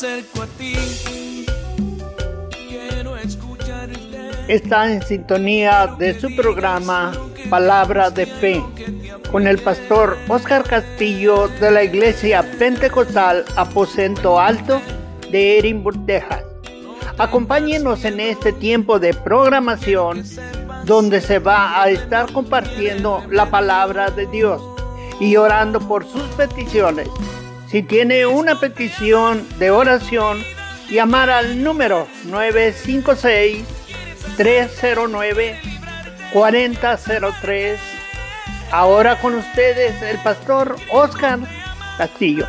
acerco a ti, quiero escucharte. Está en sintonía de su programa Palabra de Fe con el pastor Oscar Castillo de la Iglesia Pentecostal Aposento Alto de Edimburgo, Texas. Acompáñenos en este tiempo de programación donde se va a estar compartiendo la palabra de Dios y orando por sus peticiones. Si tiene una petición de oración, llamar al número 956-309-4003. Ahora con ustedes el pastor Oscar Castillo.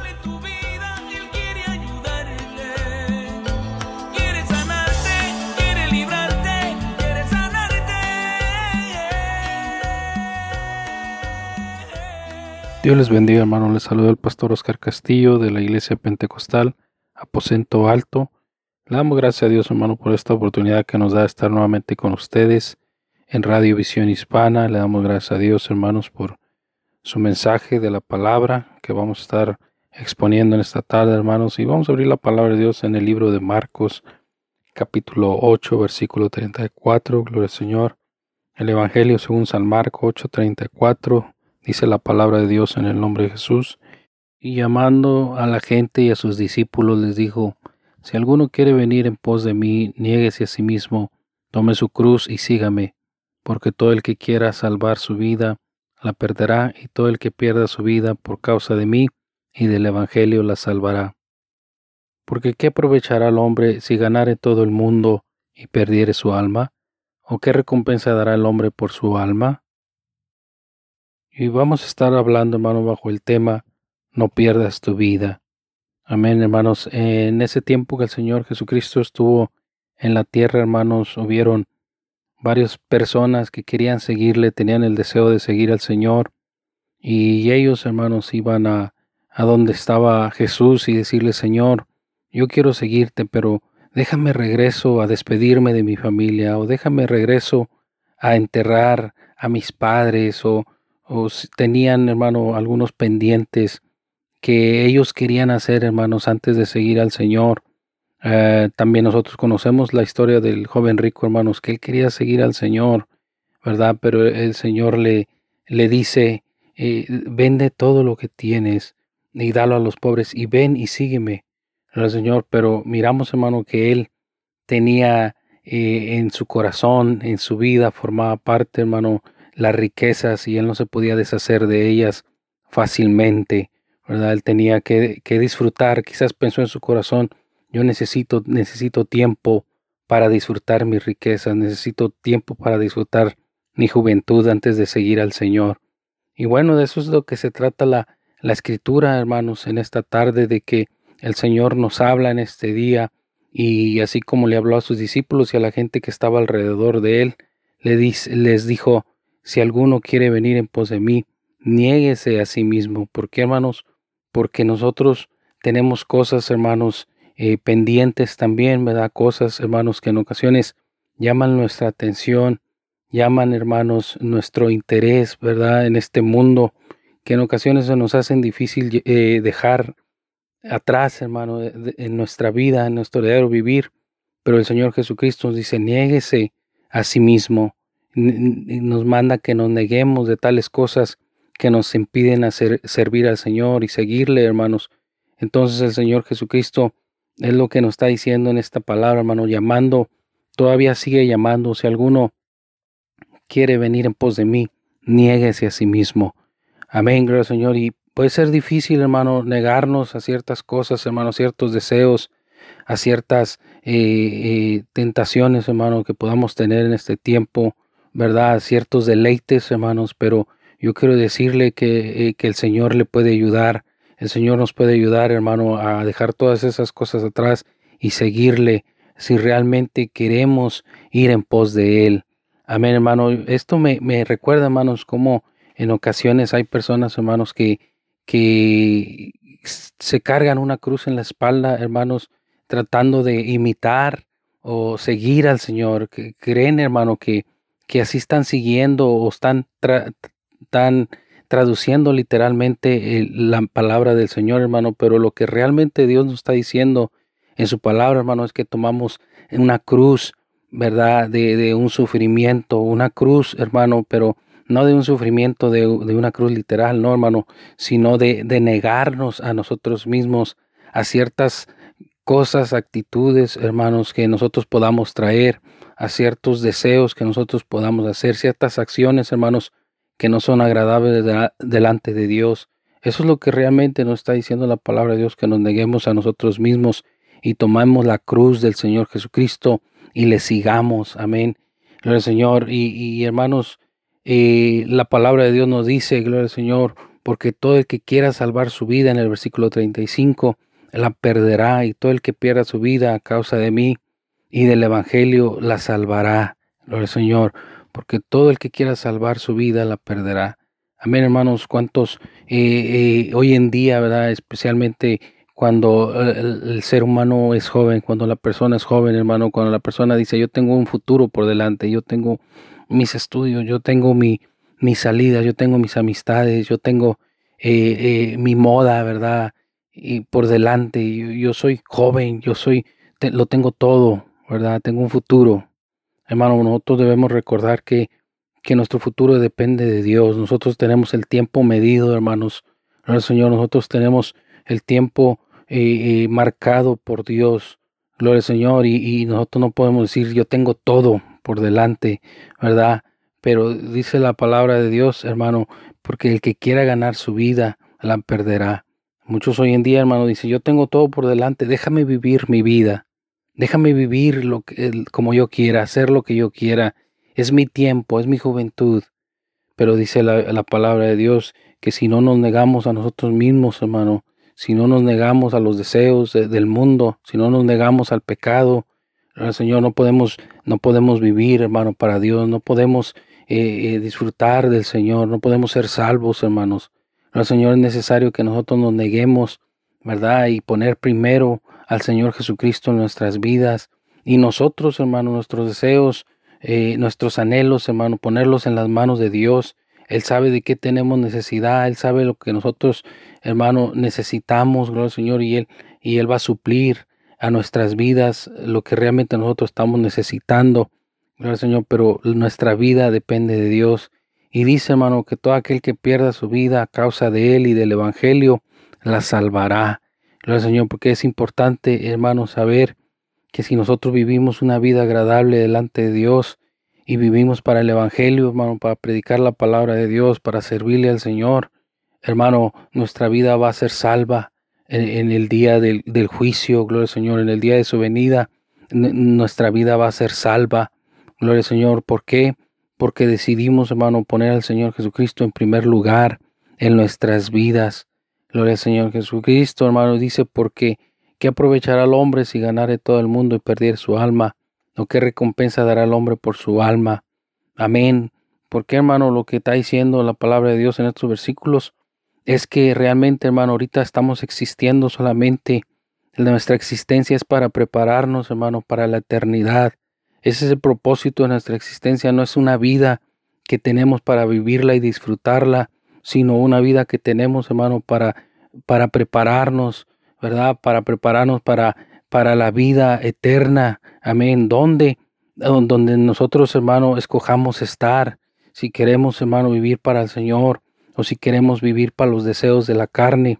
Dios les bendiga, hermano. Les saluda el pastor Oscar Castillo de la Iglesia Pentecostal Aposento Alto. Le damos gracias a Dios, hermano, por esta oportunidad que nos da de estar nuevamente con ustedes en Radio Visión Hispana. Le damos gracias a Dios, hermanos, por su mensaje de la palabra que vamos a estar exponiendo en esta tarde, hermanos. Y vamos a abrir la palabra de Dios en el libro de Marcos, capítulo 8, versículo 34. Gloria al Señor. El Evangelio según San Marcos 8:34. Dice la palabra de Dios en el nombre de Jesús. Y llamando a la gente y a sus discípulos les dijo: si alguno quiere venir en pos de mí, niéguese a sí mismo, tome su cruz y sígame. Porque todo el que quiera salvar su vida, la perderá, y todo el que pierda su vida por causa de mí y del Evangelio la salvará. Porque ¿qué aprovechará el hombre si ganare todo el mundo y perdiere su alma? ¿O qué recompensa dará el hombre por su alma? Y vamos a estar hablando, hermano, bajo el tema no pierdas tu vida. Amén, hermanos. En ese tiempo que el Señor Jesucristo estuvo en la tierra, hermanos, hubieron varias personas que querían seguirle, tenían el deseo de seguir al Señor. Y ellos, hermanos, iban a donde estaba Jesús y decirle: Señor, yo quiero seguirte, pero déjame regreso a despedirme de mi familia, o déjame regreso a enterrar a mis padres, o tenían, hermano, algunos pendientes que ellos querían hacer, hermanos, antes de seguir al Señor. También nosotros conocemos la historia del joven rico, hermanos, que él quería seguir al Señor, ¿verdad? Pero el Señor le dice: vende todo lo que tienes y dalo a los pobres y ven y sígueme, ¿verdad, Señor? Pero miramos, hermano, que él tenía en su corazón, en su vida, formaba parte, hermano, las riquezas, y él no se podía deshacer de ellas fácilmente, ¿verdad? Él tenía que disfrutar. Quizás pensó en su corazón: yo necesito tiempo para disfrutar mis riquezas, necesito tiempo para disfrutar mi juventud antes de seguir al Señor. Y bueno, de eso es lo que se trata la Escritura, hermanos, en esta tarde, de que el Señor nos habla en este día, y así como le habló a sus discípulos y a la gente que estaba alrededor de él, les dijo: si alguno quiere venir en pos de mí, niéguese a sí mismo. ¿Por qué, hermanos? Porque nosotros tenemos cosas, hermanos, pendientes también, ¿verdad? Cosas, hermanos, que en ocasiones llaman nuestra atención, llaman, hermanos, nuestro interés, ¿verdad? En este mundo, que en ocasiones se nos hacen difícil dejar atrás, hermano, en nuestra vida, en nuestro diario vivir. Pero el Señor Jesucristo nos dice: niéguese a sí mismo. Nos manda que nos neguemos de tales cosas que nos impiden servir al Señor y seguirle, hermanos. Entonces el Señor Jesucristo es lo que nos está diciendo en esta palabra, hermano, llamando, todavía sigue llamando: si alguno quiere venir en pos de mí, niéguese a sí mismo. Amén, gracias, Señor. Y puede ser difícil, hermano, negarnos a ciertas cosas, hermano, ciertos deseos, a ciertas tentaciones, hermano, que podamos tener en este tiempo, ¿verdad? Ciertos deleites, hermanos, pero yo quiero decirle que el Señor le puede ayudar. El Señor nos puede ayudar, hermano, a dejar todas esas cosas atrás y seguirle si realmente queremos ir en pos de Él. Amén, hermano. Esto me recuerda, hermanos, cómo en ocasiones hay personas, hermanos, que se cargan una cruz en la espalda, hermanos, tratando de imitar o seguir al Señor, que creen, hermano, que así están siguiendo o están traduciendo literalmente la palabra del Señor, hermano. Pero lo que realmente Dios nos está diciendo en su palabra, hermano, es que tomamos una cruz, ¿verdad? De un sufrimiento, una cruz, hermano, pero no de un sufrimiento de una cruz literal, no, hermano, sino de negarnos a nosotros mismos, a ciertas cosas, actitudes, hermanos, que nosotros podamos traer, a ciertos deseos que nosotros podamos hacer, ciertas acciones, hermanos, que no son agradables delante de Dios. Eso es lo que realmente nos está diciendo la palabra de Dios, que nos neguemos a nosotros mismos y tomemos la cruz del Señor Jesucristo y le sigamos. Amén. Gloria al Señor. Y hermanos, la palabra de Dios nos dice, gloria al Señor, porque todo el que quiera salvar su vida, en el versículo 35, la perderá, y todo el que pierda su vida a causa de mí y del evangelio la salvará. Gloria al Señor, porque todo el que quiera salvar su vida la perderá. Amén, hermanos. Cuántos hoy en día, ¿verdad? Especialmente cuando el ser humano es joven, cuando la persona es joven, hermano, cuando la persona dice, yo tengo un futuro por delante, yo tengo mis estudios, yo tengo mis salidas, yo tengo mis amistades, yo tengo mi moda, ¿verdad? Y por delante, yo soy joven, lo tengo todo, ¿verdad? Tengo un futuro. Hermano, nosotros debemos recordar que nuestro futuro depende de Dios. Nosotros tenemos el tiempo medido, hermanos. Gloria al Señor, nosotros tenemos el tiempo marcado por Dios. Gloria al Señor, y nosotros no podemos decir, yo tengo todo por delante, ¿verdad? Pero dice la palabra de Dios, hermano, porque el que quiera ganar su vida, la perderá. Muchos hoy en día, hermano, dicen, yo tengo todo por delante, déjame vivir mi vida. Déjame vivir como yo quiera, hacer lo que yo quiera. Es mi tiempo, es mi juventud. Pero dice la palabra de Dios que si no nos negamos a nosotros mismos, hermano, si no nos negamos a los deseos del mundo, si no nos negamos al pecado, Señor, no podemos vivir, hermano, para Dios, no podemos disfrutar del Señor, no podemos ser salvos, hermanos. Señor, es necesario que nosotros nos neguemos, ¿verdad? Y poner primero al Señor Jesucristo en nuestras vidas, y nosotros, hermano, nuestros deseos, nuestros anhelos, hermano, ponerlos en las manos de Dios. Él sabe de qué tenemos necesidad, Él sabe lo que nosotros, hermano, necesitamos, gloria al Señor, y Él va a suplir a nuestras vidas lo que realmente nosotros estamos necesitando, gloria al Señor, pero nuestra vida depende de Dios. Y dice, hermano, que todo aquel que pierda su vida a causa de Él y del Evangelio, la salvará. Gloria al Señor, porque es importante, hermano, saber que si nosotros vivimos una vida agradable delante de Dios y vivimos para el Evangelio, hermano, para predicar la palabra de Dios, para servirle al Señor, hermano, nuestra vida va a ser salva en el día del juicio, gloria al Señor, en el día de su venida, nuestra vida va a ser salva, gloria al Señor. ¿Por qué? Porque decidimos, hermano, poner al Señor Jesucristo en primer lugar en nuestras vidas. Gloria al Señor Jesucristo, hermano, dice, porque ¿qué aprovechará el hombre si ganare todo el mundo y perdiere su alma? ¿O qué recompensa dará el hombre por su alma? Amén. Porque, hermano, lo que está diciendo la palabra de Dios en estos versículos es que realmente, hermano, ahorita estamos existiendo solamente. Nuestra existencia es para prepararnos, hermano, para la eternidad. Ese es el propósito de nuestra existencia. No es una vida que tenemos para vivirla y disfrutarla, sino una vida que tenemos, hermano, para prepararnos, ¿verdad? Para prepararnos para la vida eterna. Amén. Donde nosotros, hermano, escojamos estar. Si queremos, hermano, vivir para el Señor, o si queremos vivir para los deseos de la carne.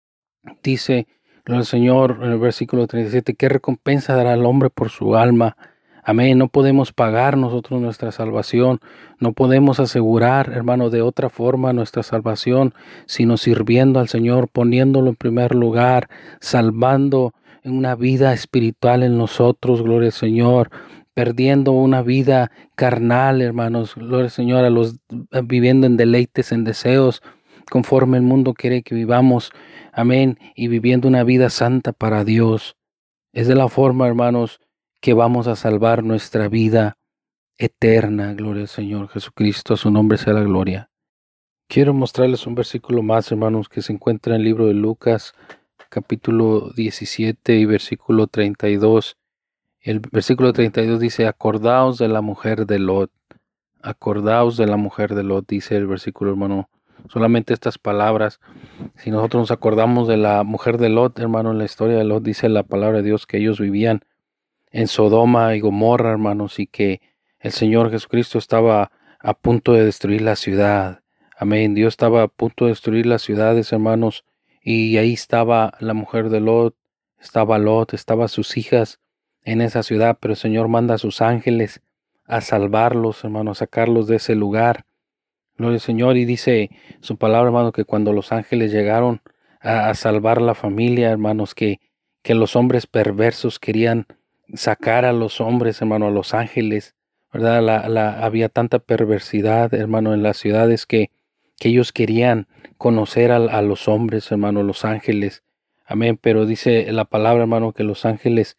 Dice el Señor en el versículo 37, ¿qué recompensa dará el hombre por su alma? Amén. No podemos pagar nosotros nuestra salvación. No podemos asegurar, hermano, de otra forma nuestra salvación, sino sirviendo al Señor, poniéndolo en primer lugar, salvando una vida espiritual en nosotros, gloria al Señor, perdiendo una vida carnal, hermanos, gloria al Señor, viviendo en deleites, en deseos, conforme el mundo quiere que vivamos, amén, y viviendo una vida santa para Dios. Es de la forma, hermanos, que vamos a salvar nuestra vida eterna, gloria al Señor Jesucristo, a su nombre sea la gloria. Quiero mostrarles un versículo más, hermanos, que se encuentra en el libro de Lucas, capítulo 17 y versículo 32. El versículo 32 dice, acordaos de la mujer de Lot. Acordaos de la mujer de Lot, dice el versículo, hermano. solamente estas palabras. Si nosotros nos acordamos de la mujer de Lot, hermano, en la historia de Lot dice la palabra de Dios que ellos vivían en Sodoma y Gomorra, hermanos, y que el Señor Jesucristo estaba a punto de destruir la ciudad. Amén. Dios estaba a punto de destruir las ciudades, hermanos, y ahí estaba la mujer de Lot, estaba sus hijas en esa ciudad, pero el Señor manda a sus ángeles a salvarlos, hermanos, a sacarlos de ese lugar. Gloria al Señor, y dice su palabra, hermano, que cuando los ángeles llegaron a salvar la familia, hermanos, que los hombres perversos querían sacar a los hombres, hermano, a los ángeles, ¿verdad? Había tanta perversidad, hermano, en las ciudades que ellos querían conocer a los hombres, hermano, los ángeles. Amén. Pero dice la palabra, hermano, que los ángeles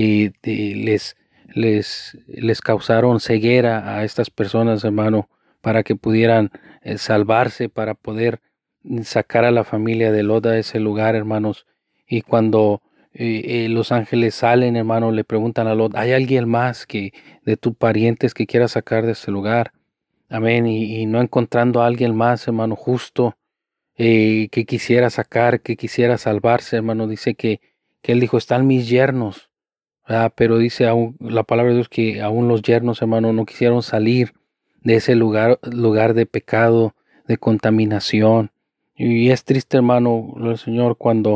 les causaron ceguera a estas personas, hermano, para que pudieran salvarse, para poder sacar a la familia de Lot de ese lugar, hermanos. Y cuando los ángeles salen, hermano, le preguntan a Lot, ¿hay alguien más que de tus parientes que quiera sacar de ese lugar? Amén. Y no encontrando a alguien más, hermano, justo, que quisiera sacar, que quisiera salvarse, hermano, dice que él dijo, están mis yernos, ¿verdad? Pero dice aún la palabra de Dios que aún los yernos, hermano, no quisieron salir de ese lugar de pecado, de contaminación. Y es triste, hermano, el Señor, cuando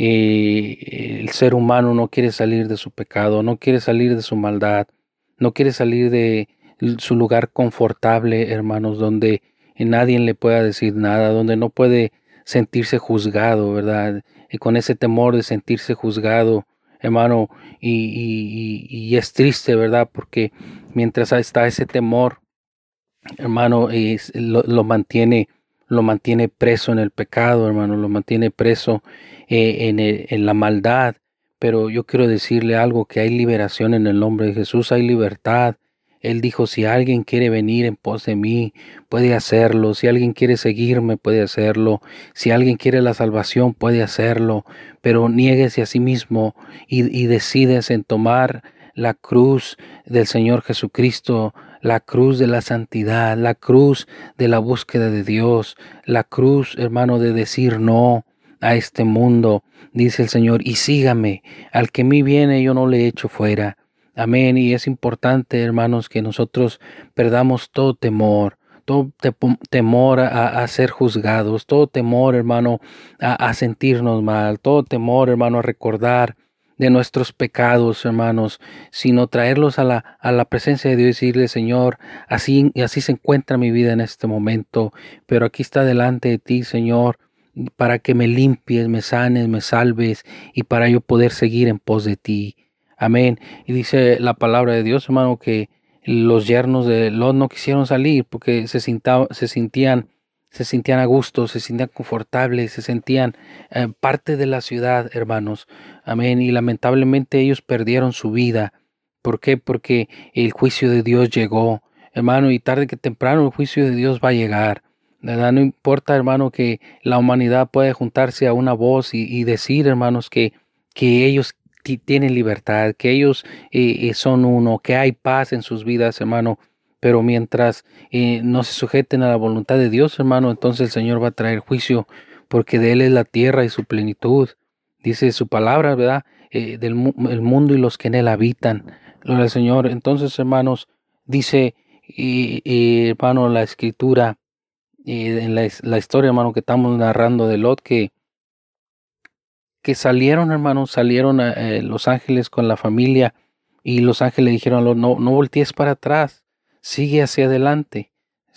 el ser humano no quiere salir de su pecado, no quiere salir de su maldad, no quiere salir de su lugar confortable, hermanos, donde nadie le pueda decir nada, donde no puede sentirse juzgado, ¿verdad? Y con ese temor de sentirse juzgado, hermano, y es triste, ¿verdad? Porque mientras está ese temor, hermano, lo mantiene preso en el pecado, hermano, lo mantiene preso en la maldad. Pero yo quiero decirle algo, que hay liberación en el nombre de Jesús, hay libertad. Él dijo, si alguien quiere venir en pos de mí, puede hacerlo. Si alguien quiere seguirme, puede hacerlo. Si alguien quiere la salvación, puede hacerlo. Pero niéguese a sí mismo y decídese en tomar la cruz del Señor Jesucristo, la cruz de la santidad, la cruz de la búsqueda de Dios, la cruz, hermano, de decir no a este mundo, dice el Señor, y sígame, al que a mí viene yo no le echo fuera. Amén. Y es importante, hermanos, que nosotros perdamos todo temor, temor a ser juzgados, todo temor, hermano, a sentirnos mal, todo temor, hermano, a recordar de nuestros pecados, hermanos, sino traerlos a la presencia de Dios y decirle, Señor, así se encuentra mi vida en este momento, pero aquí está delante de ti, Señor, para que me limpies, me sanes, me salves y para yo poder seguir en pos de ti. Amén. Y dice la palabra de Dios, hermano, que los yernos de Lot no quisieron salir porque se sentían a gusto, se sentían confortables, se sentían parte de la ciudad, hermanos. Amén. Y lamentablemente ellos perdieron su vida. ¿Por qué? Porque el juicio de Dios llegó, hermano, y tarde que temprano el juicio de Dios va a llegar. ¿Verdad? No importa, hermano, que la humanidad pueda juntarse a una voz y decir, hermanos, que ellos tienen libertad, que ellos son uno, que hay paz en sus vidas, hermano. Pero mientras no se sujeten a la voluntad de Dios, hermano, entonces el Señor va a traer juicio, porque de Él es la tierra y su plenitud. Dice su palabra, ¿verdad? El mundo y los que en Él habitan. Gloria al Señor. Entonces, hermanos, dice, hermano, la Escritura, en la historia, hermano, que estamos narrando de Lot, que salieron, hermano, los ángeles con la familia, y los ángeles dijeron a Lot, no voltees para atrás, sigue hacia adelante,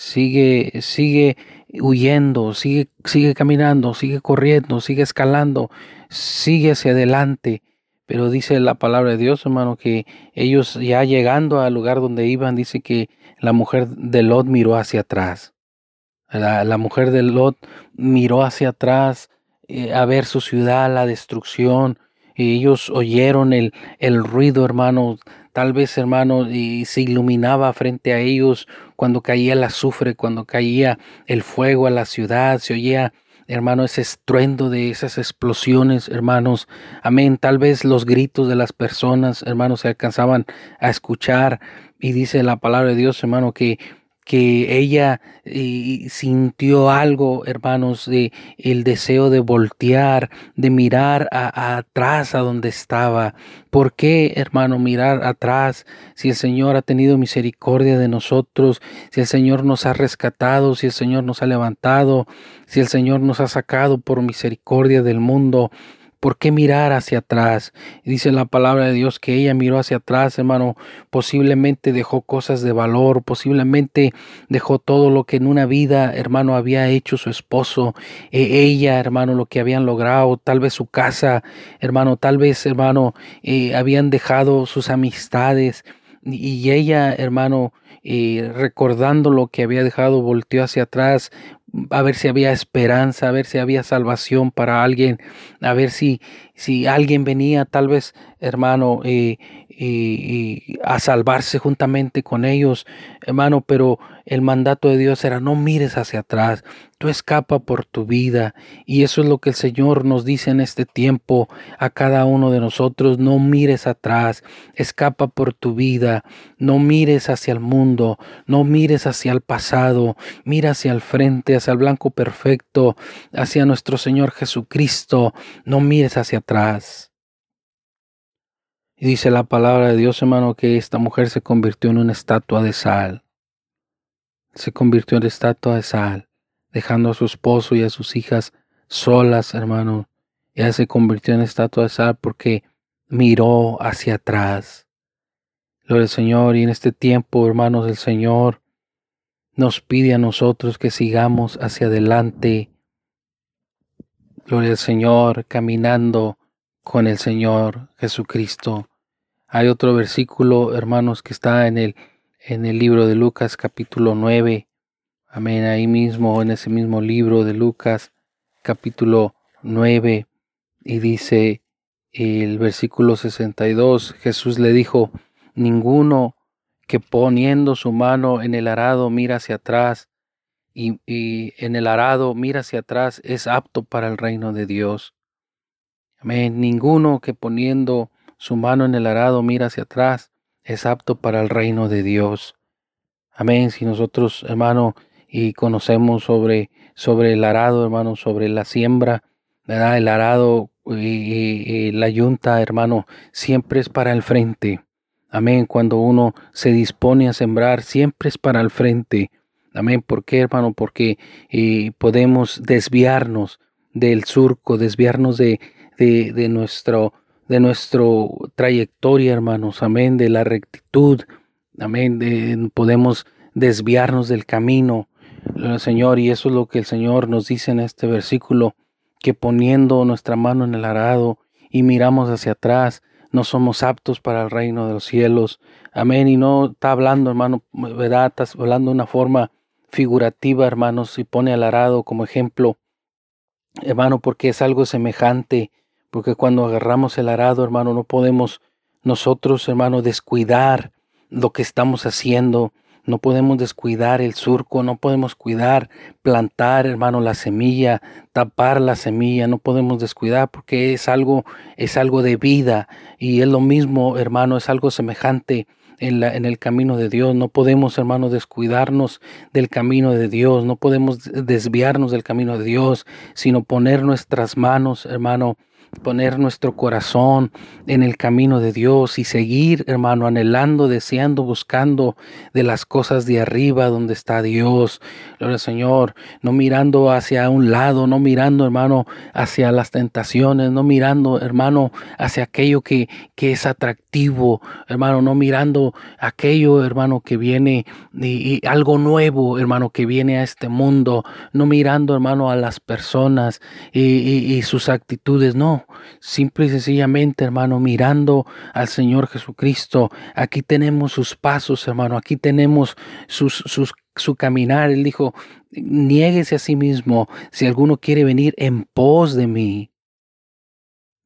sigue huyendo, sigue caminando, sigue corriendo, sigue escalando, sigue hacia adelante. Pero dice la palabra de Dios, hermano, que ellos ya llegando al lugar donde iban, dice que la mujer de Lot miró hacia atrás. La mujer de Lot miró hacia atrás a ver su ciudad, la destrucción. Y ellos oyeron el ruido, hermano, tal vez, hermano, y se iluminaba frente a ellos cuando caía el azufre, cuando caía el fuego a la ciudad, se oía, hermano, ese estruendo de esas explosiones, hermanos. Amén. Tal vez los gritos de las personas, hermanos, se alcanzaban a escuchar. Y dice la palabra de Dios, hermano, que que ella sintió algo, hermanos, de el deseo de voltear, de mirar atrás a donde estaba. ¿Por qué, hermano, mirar atrás si el Señor ha tenido misericordia de nosotros, si el Señor nos ha rescatado, si el Señor nos ha levantado, si el Señor nos ha sacado por misericordia del mundo? ¿Por qué mirar hacia atrás? Dice la palabra de Dios que ella miró hacia atrás, hermano. Posiblemente dejó cosas de valor, posiblemente dejó todo lo que en una vida, hermano, había hecho su esposo, ella, hermano, lo que habían logrado, tal vez su casa, hermano, tal vez, hermano, habían dejado sus amistades. Y ella, hermano, recordando lo que había dejado, volteó hacia atrás a ver si había esperanza, a ver si había salvación para alguien, a ver si alguien venía tal vez, hermano, a salvarse juntamente con ellos, hermano, pero el mandato de Dios era: no mires hacia atrás, tú escapa por tu vida. Y eso es lo que el Señor nos dice en este tiempo a cada uno de nosotros: no mires atrás, escapa por tu vida, no mires hacia el mundo, no mires hacia el pasado, mira hacia el frente, hacia el blanco perfecto, hacia nuestro Señor Jesucristo, no mires hacia atrás. Y dice la palabra de Dios, hermano, que esta mujer se convirtió en una estatua de sal. Se convirtió en estatua de sal, dejando a su esposo y a sus hijas solas, hermano. Ella se convirtió en estatua de sal porque miró hacia atrás. Gloria al Señor. Y en este tiempo, hermanos, el Señor nos pide a nosotros que sigamos hacia adelante. Gloria al Señor, caminando con el Señor Jesucristo. Hay otro versículo, hermanos, que está en el libro de Lucas, capítulo 9. Amén. Ahí mismo, en ese mismo libro de Lucas, capítulo 9. Y dice el versículo 62, Jesús le dijo: ninguno que poniendo su mano en el arado mira hacia atrás y en el arado mira hacia atrás es apto para el reino de Dios. Amén. Ninguno que poniendo su mano en el arado mira hacia atrás es apto para el reino de Dios. Amén. Si nosotros, hermano, y conocemos sobre el arado, hermano, sobre la siembra, ¿verdad? El arado y la yunta, hermano, siempre es para el frente. Amén. Cuando uno se dispone a sembrar, siempre es para el frente. Amén. ¿Por qué, hermano? Porque podemos desviarnos del surco, desviarnos de nuestro trayectoria, hermanos. Amén. De la rectitud. Amén. Podemos desviarnos del camino, Señor. Y eso es lo que el Señor nos dice en este versículo, que poniendo nuestra mano en el arado y miramos hacia atrás, no somos aptos para el reino de los cielos. Amén. Y no está hablando, hermano, ¿verdad? Está hablando de una forma figurativa, hermanos, si pone al arado como ejemplo, hermano, porque es algo semejante, porque cuando agarramos el arado, hermano, no podemos nosotros, hermano, descuidar lo que estamos haciendo. No podemos descuidar el surco, no podemos plantar, hermano, la semilla, tapar la semilla, no podemos descuidar porque es algo de vida. Y es lo mismo, hermano, es algo semejante en el camino de Dios. No podemos, hermano, descuidarnos del camino de Dios, no podemos desviarnos del camino de Dios, sino poner nuestras manos, hermano, poner nuestro corazón en el camino de Dios y seguir, hermano, anhelando, deseando, buscando de las cosas de arriba donde está Dios. Gloria al Señor, no mirando hacia un lado, no mirando, hermano, hacia las tentaciones, no mirando, hermano, hacia aquello que es atractivo, hermano, no mirando aquello, hermano, que viene y algo nuevo, hermano, que viene a este mundo, no mirando, hermano, a las personas y sus actitudes, no. Simple y sencillamente, hermano, mirando al Señor Jesucristo. Aquí tenemos sus pasos, hermano. Aquí tenemos su caminar. Él dijo: niéguese a sí mismo si alguno quiere venir en pos de mí.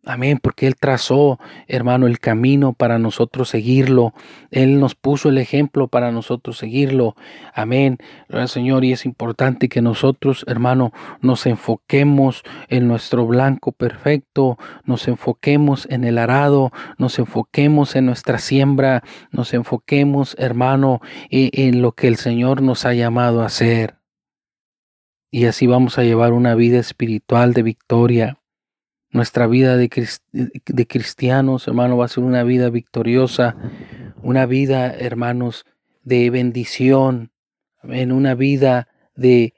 Amén, porque Él trazó, hermano, el camino para nosotros seguirlo. Él nos puso el ejemplo para nosotros seguirlo. Amén. Gloria al Señor, y es importante que nosotros, hermano, nos enfoquemos en nuestro blanco perfecto, nos enfoquemos en el arado, nos enfoquemos en nuestra siembra, nos enfoquemos, hermano, en lo que el Señor nos ha llamado a hacer. Y así vamos a llevar una vida espiritual de victoria. Nuestra vida de cristianos, hermano, va a ser una vida victoriosa, una vida, hermanos, de bendición, en una vida de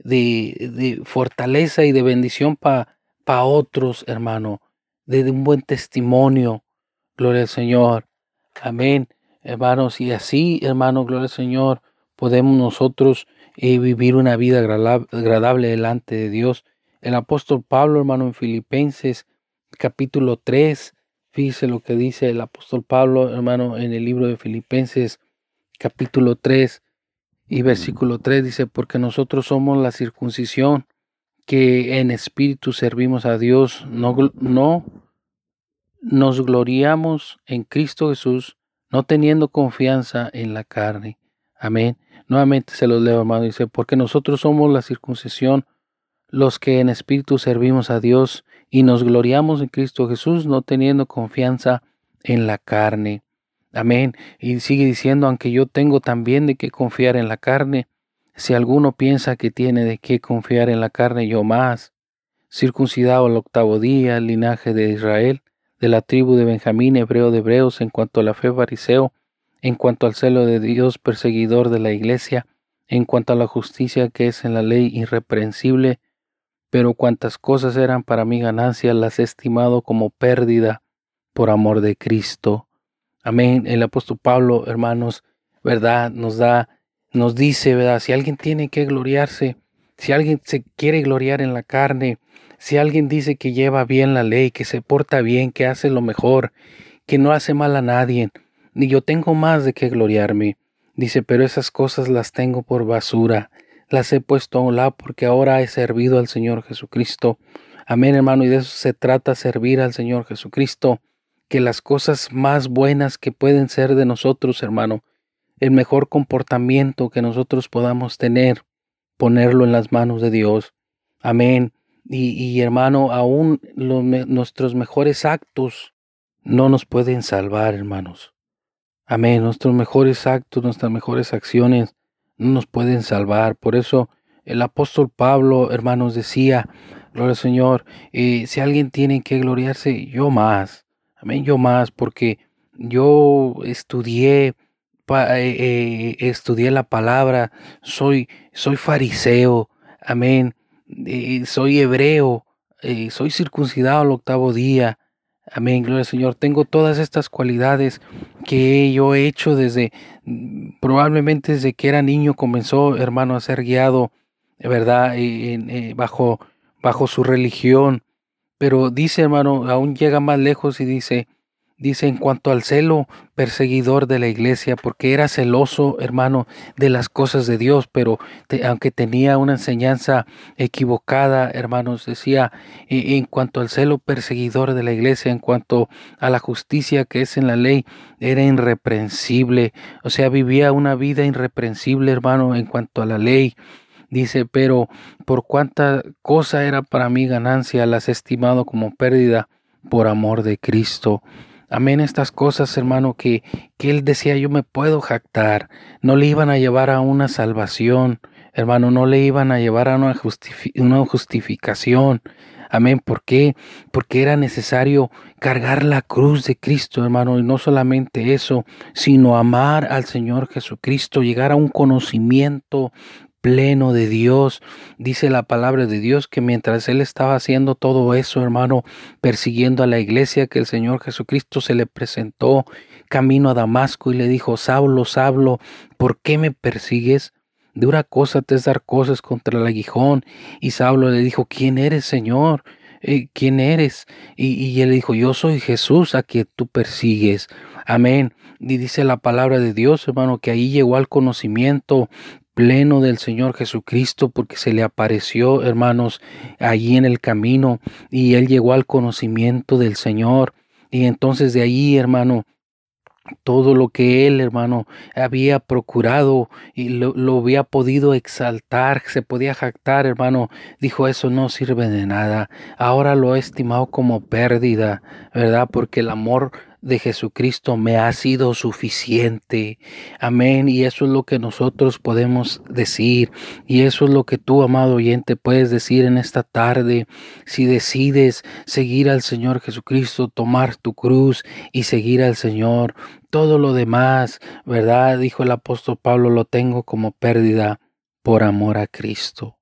fortaleza y de bendición para otros, hermano, de un buen testimonio. Gloria al Señor. Amén, hermanos. Y así, hermano, gloria al Señor, podemos nosotros vivir una vida agradable delante de Dios. El apóstol Pablo, hermano, en Filipenses capítulo 3, fíjese lo que dice el apóstol Pablo, hermano, en el libro de Filipenses capítulo 3 y versículo 3 dice, porque nosotros somos la circuncisión que en espíritu servimos a Dios, no nos gloriamos en Cristo Jesús, no teniendo confianza en la carne. Amén. Nuevamente se los leo, hermano, dice, porque nosotros somos la circuncisión, los que en espíritu servimos a Dios y nos gloriamos en Cristo Jesús, no teniendo confianza en la carne. Amén. Y sigue diciendo, aunque yo tengo también de qué confiar en la carne, si alguno piensa que tiene de qué confiar en la carne, yo más, circuncidado al 8º día, linaje de Israel, de la tribu de Benjamín, hebreo de hebreos, en cuanto a la fe fariseo, en cuanto al celo de Dios, perseguidor de la iglesia, en cuanto a la justicia que es en la ley, irreprensible, pero cuantas cosas eran para mi ganancia, las he estimado como pérdida por amor de Cristo. Amén. El apóstol Pablo, hermanos, verdad, nos dice, verdad, si alguien tiene que gloriarse, si alguien se quiere gloriar en la carne, si alguien dice que lleva bien la ley, que se porta bien, que hace lo mejor, que no hace mal a nadie, ni yo tengo más de qué gloriarme. Dice, pero esas cosas las tengo por basura, las he puesto a un lado porque ahora he servido al Señor Jesucristo. Amén, hermano, y de eso se trata, servir al Señor Jesucristo, que las cosas más buenas que pueden ser de nosotros, hermano, el mejor comportamiento que nosotros podamos tener, ponerlo en las manos de Dios. Amén. Y hermano, aún nuestros mejores actos no nos pueden salvar, hermanos. Amén. Nuestros mejores actos, nuestras mejores acciones no nos pueden salvar. Por eso el apóstol Pablo, hermanos, decía, gloria al Señor, si alguien tiene que gloriarse, yo más. Amén, yo más, porque yo estudié la palabra, soy fariseo, amén, soy hebreo, soy circuncidado al 8º día. Amén, gloria al Señor. Tengo todas estas cualidades que yo he hecho probablemente desde que era niño comenzó, hermano, a ser guiado, ¿verdad? Bajo su religión. Pero dice, hermano, aún llega más lejos y dice en cuanto al celo perseguidor de la iglesia, porque era celoso, hermano, de las cosas de Dios, pero aunque tenía una enseñanza equivocada, hermanos, decía, en cuanto al celo perseguidor de la iglesia, en cuanto a la justicia que es en la ley, era irreprensible, o sea, vivía una vida irreprensible, hermano, en cuanto a la ley. Dice, pero por cuánta cosa era para mí ganancia, las he estimado como pérdida por amor de Cristo. Amén, estas cosas, hermano, que él decía, yo me puedo jactar, no le iban a llevar a una salvación, hermano, no le iban a llevar a una justificación. Amén, ¿por qué? Porque era necesario cargar la cruz de Cristo, hermano, y no solamente eso, sino amar al Señor Jesucristo, llegar a un conocimiento pleno de Dios. Dice la palabra de Dios que mientras él estaba haciendo todo eso, hermano, persiguiendo a la iglesia, que el Señor Jesucristo se le presentó camino a Damasco y le dijo, Saulo, Saulo, ¿por qué me persigues? Dura cosa te es dar cosas contra el aguijón. Y Saulo le dijo, ¿quién eres, Señor? ¿Quién eres? Y él le dijo, yo soy Jesús a quien tú persigues. Amén. Y dice la palabra de Dios, hermano, que ahí llegó al conocimiento pleno del Señor Jesucristo, porque se le apareció, hermanos, allí en el camino, y él llegó al conocimiento del Señor. Y entonces de ahí, hermano, todo lo que él, hermano, había procurado y lo había podido exaltar, se podía jactar, hermano, dijo: eso no sirve de nada. Ahora lo he estimado como pérdida, ¿verdad? Porque el amor de Jesucristo me ha sido suficiente. Amén. Y eso es lo que nosotros podemos decir. Y eso es lo que tú, amado oyente, puedes decir en esta tarde. Si decides seguir al Señor Jesucristo, tomar tu cruz y seguir al Señor, todo lo demás, ¿verdad? Dijo el apóstol Pablo, lo tengo como pérdida por amor a Cristo.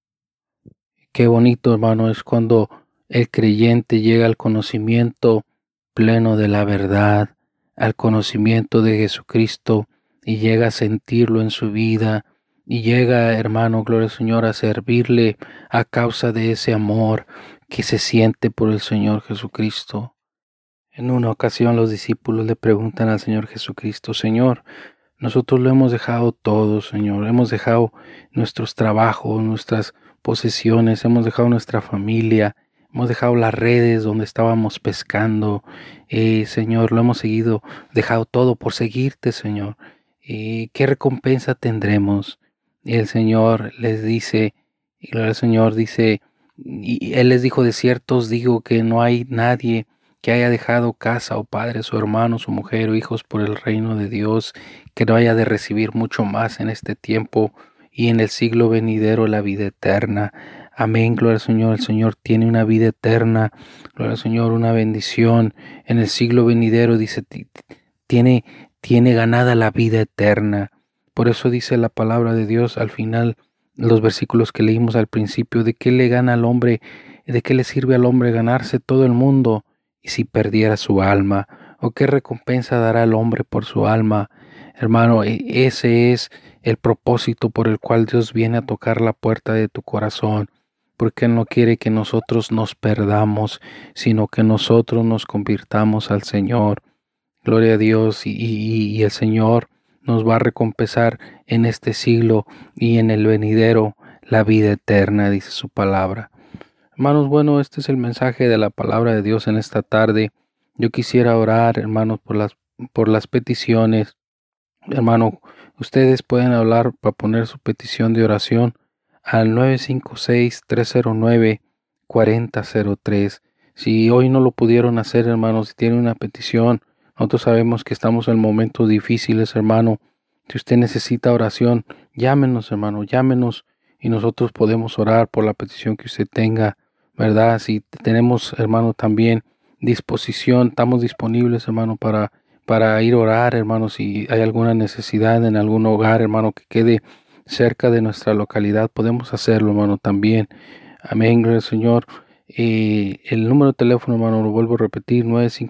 Qué bonito, hermano, es cuando el creyente llega al conocimiento pleno de la verdad, al conocimiento de Jesucristo, y llega a sentirlo en su vida, y llega, hermano, gloria al Señor, a servirle a causa de ese amor que se siente por el Señor Jesucristo. En una ocasión los discípulos le preguntan al Señor Jesucristo: Señor, nosotros lo hemos dejado todo, Señor, hemos dejado nuestros trabajos, nuestras posesiones, hemos dejado nuestra familia, hemos dejado las redes donde estábamos pescando, Señor, lo hemos dejado todo por seguirte, Señor. ¿Qué recompensa tendremos? Y el Señor les dice, y el Señor dice, y Él les dijo: de cierto os digo que no hay nadie que haya dejado casa o padres o hermanos o mujer o hijos por el reino de Dios, que no haya de recibir mucho más en este tiempo y en el siglo venidero la vida eterna. Amén, gloria al Señor. El Señor tiene una vida eterna, gloria al Señor, una bendición. En el siglo venidero dice, tiene ganada la vida eterna. Por eso dice la palabra de Dios al final, los versículos que leímos al principio: ¿de qué le gana al hombre, de qué le sirve al hombre ganarse todo el mundo y si perdiera su alma? ¿O qué recompensa dará el hombre por su alma? Hermano, ese es el propósito por el cual Dios viene a tocar la puerta de tu corazón, porque Él no quiere que nosotros nos perdamos, sino que nosotros nos convirtamos al Señor. Gloria a Dios, y el Señor nos va a recompensar en este siglo y en el venidero la vida eterna, dice su palabra. Hermanos, bueno, este es el mensaje de la palabra de Dios en esta tarde. Yo quisiera orar, hermanos, por las peticiones. Hermano, ustedes pueden hablar para poner su petición de oración al 956-309-4003. Si hoy no lo pudieron hacer, hermanos, si tienen una petición, nosotros sabemos que estamos en momentos difíciles, hermano. Si usted necesita oración, llámenos, hermano, llámenos y nosotros podemos orar por la petición que usted tenga, ¿verdad? Si tenemos, hermano, también disposición, estamos disponibles, hermano, para ir a orar, hermano. Si hay alguna necesidad en algún hogar, hermano, que quede cerca de nuestra localidad, podemos hacerlo, hermano, también. Amén, gloria al Señor. El número de teléfono, hermano, lo vuelvo a repetir: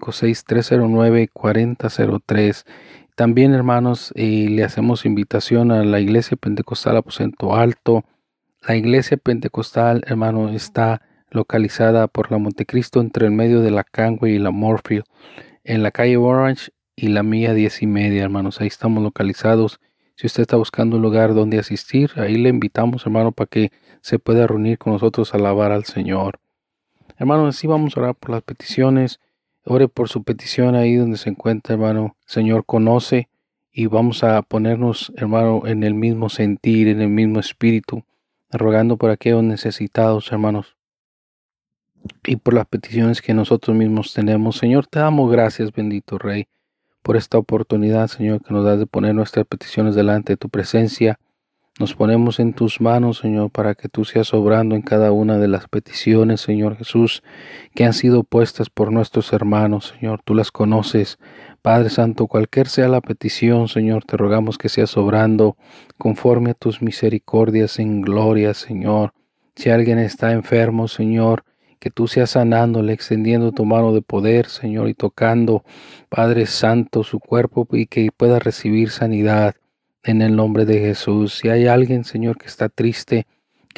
956-309-4003. También, hermanos, le hacemos invitación a la Iglesia Pentecostal Aposento Alto. La Iglesia Pentecostal, hermano, está localizada por la Montecristo entre el medio de la Canway y la Moorfield, en la calle Orange y la milla 10:30, hermanos. Ahí estamos localizados. Si usted está buscando un lugar donde asistir, ahí le invitamos, hermano, para que se pueda reunir con nosotros a alabar al Señor. Hermano, así vamos a orar por las peticiones. Ore por su petición ahí donde se encuentra, hermano. El Señor conoce, y vamos a ponernos, hermano, en el mismo sentir, en el mismo espíritu, rogando por aquellos necesitados, hermanos, y por las peticiones que nosotros mismos tenemos. Señor, te damos gracias, bendito Rey, por esta oportunidad, Señor, que nos das de poner nuestras peticiones delante de tu presencia. Nos ponemos en tus manos, Señor, para que tú seas obrando en cada una de las peticiones, Señor Jesús, que han sido puestas por nuestros hermanos, Señor. Tú las conoces, Padre Santo. Cualquier sea la petición, Señor, te rogamos que seas obrando conforme a tus misericordias en gloria, Señor. Si alguien está enfermo, Señor, que tú seas sanándole, extendiendo tu mano de poder, Señor, y tocando, Padre Santo, su cuerpo, y que pueda recibir sanidad en el nombre de Jesús. Si hay alguien, Señor, que está triste,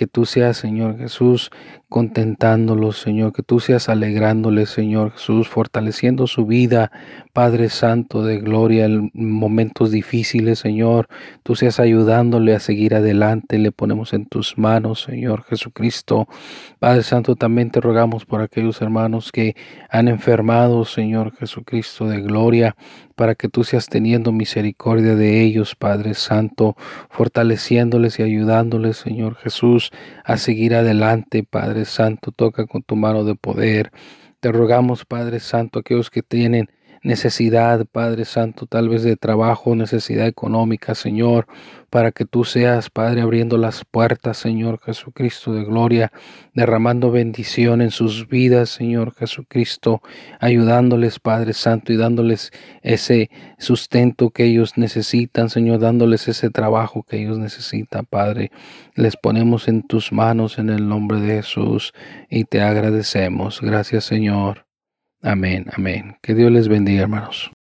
Que tú seas, Señor Jesús, contentándolos, Señor, que tú seas alegrándoles, Señor Jesús, fortaleciendo su vida, Padre Santo de gloria, en momentos difíciles, Señor, tú seas ayudándole a seguir adelante, le ponemos en tus manos, Señor Jesucristo. Padre Santo, también te rogamos por aquellos hermanos que han enfermado, Señor Jesucristo de gloria, para que tú seas teniendo misericordia de ellos, Padre Santo, fortaleciéndoles y ayudándoles, Señor Jesús, a seguir adelante, Padre Santo, toca con tu mano de poder. Te rogamos, Padre Santo, aquellos que tienen necesidad, Padre Santo, tal vez de trabajo, necesidad económica, Señor, para que tú seas, Padre, abriendo las puertas, Señor Jesucristo de gloria, derramando bendición en sus vidas, Señor Jesucristo, ayudándoles, Padre Santo, y dándoles ese sustento que ellos necesitan, Señor, dándoles ese trabajo que ellos necesitan, Padre. Les ponemos en tus manos en el nombre de Jesús y te agradecemos. Gracias, Señor. Amén, amén. Que Dios les bendiga, hermanos.